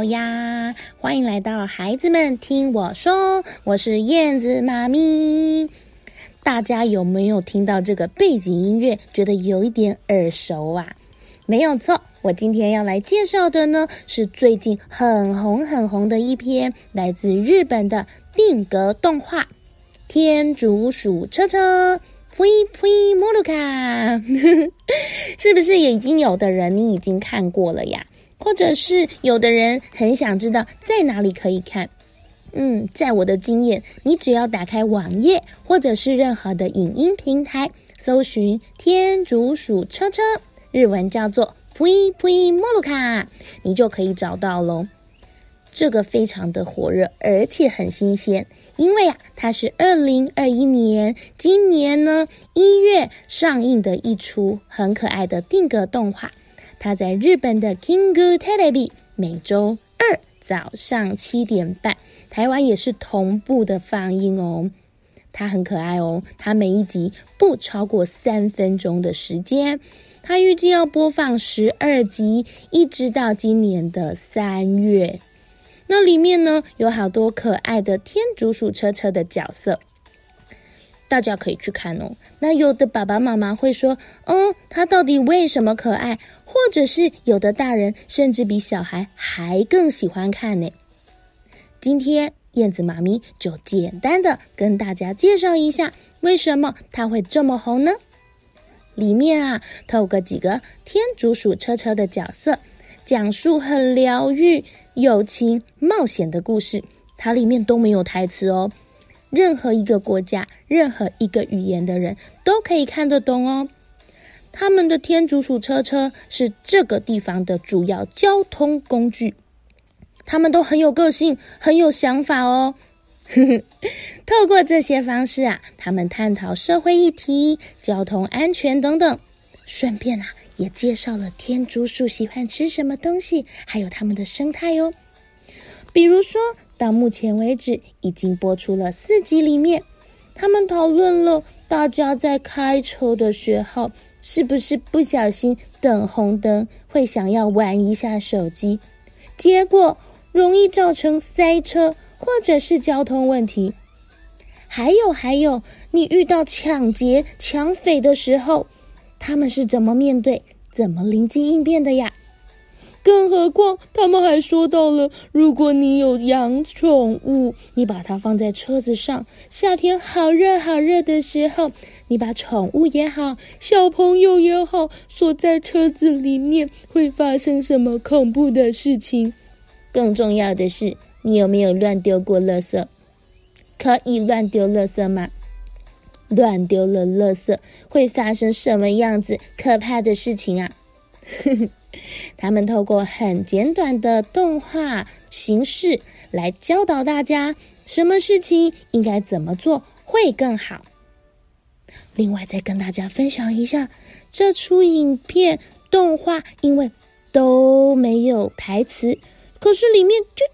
好呀，欢迎来到孩子们听我说，我是燕子妈咪。大家有没有听到这个背景音乐，觉得有一点耳熟啊？没有错，我今天要来介绍的呢，是最近很红的一篇来自日本的定格动画《天竺鼠车车》。飞飞莫鲁卡，是不是也已经有的人你已经看过了呀？或者是有的人很想知道在哪里可以看？在我的经验，你只要打开网页或者是任何的影音平台，搜寻天竺鼠车车，日文叫做飞飞莫鲁卡，你就可以找到咯。这个非常的火热，而且很新鲜，因为它是2021年今年呢1月上映的一出很可爱的定格动画。它在日本的 Kingu Television 每周2早上7点半，台湾也是同步的放映哦。它很可爱哦，它每一集不超过3分钟的时间，它预计要播放12集，一直到今年的3月。那里面呢有好多可爱的天竺鼠车车的角色，大家可以去看哦。那有的爸爸妈妈会说，它到底为什么可爱？或者是有的大人甚至比小孩还更喜欢看呢。今天燕子妈咪就简单的跟大家介绍一下，为什么它会这么红呢？里面透过几个天竺鼠车车的角色，讲述很疗愈、友情、冒险的故事，它里面都没有台词哦，任何一个国家、任何一个语言的人都可以看得懂哦。他们的天竺鼠车车是这个地方的主要交通工具，他们都很有个性，很有想法哦。透过这些方式他们探讨社会议题、交通安全等等，顺便也介绍了天竺鼠喜欢吃什么东西，还有它们的生态哦。比如说，到目前为止已经播出了4集里面，他们讨论了大家在开车的时候，是不是不小心等红灯会想要玩一下手机，结果容易造成塞车或者是交通问题。还有，你遇到抢劫、抢匪的时候，他们是怎么面对、怎么灵机应变的呀？更何况他们还说到了，如果你有养宠物，你把它放在车子上，夏天好热的时候，你把宠物也好，小朋友也好，锁在车子里面，会发生什么恐怖的事情？更重要的是，你有没有乱丢过垃圾？可以乱丢垃圾吗？乱丢了垃圾会发生什么样子可怕的事情啊？他们透过很简短的动画形式来教导大家什么事情应该怎么做会更好。另外再跟大家分享一下，这出影片动画因为都没有台词，可是里面啾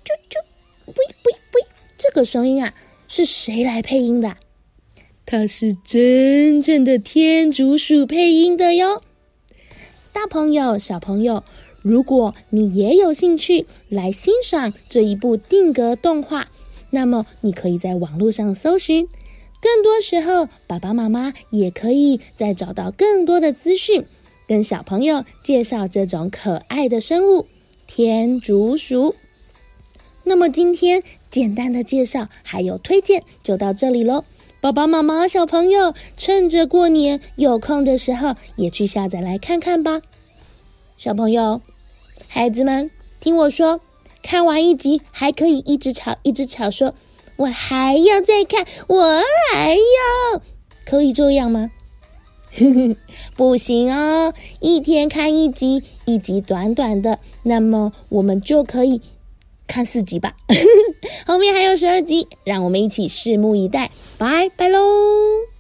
这个声音是谁来配音的？它是真正的天竺鼠配音的哟。大朋友、小朋友，如果你也有兴趣来欣赏这一部定格动画，那么你可以在网络上搜寻。更多时候，爸爸妈妈也可以再找到更多的资讯，跟小朋友介绍这种可爱的生物——天竺鼠。那么今天简单的介绍还有推荐就到这里咯。爸爸妈妈、小朋友，趁着过年有空的时候，也去下载来看看吧。小朋友、孩子们，听我说，看完一集还可以一直吵说，我还要再看，我还要，可以这样吗？不行哦，一天看一集，一集短短的，那么我们就可以看4集吧。后面还有12集，让我们一起拭目以待。拜拜喽。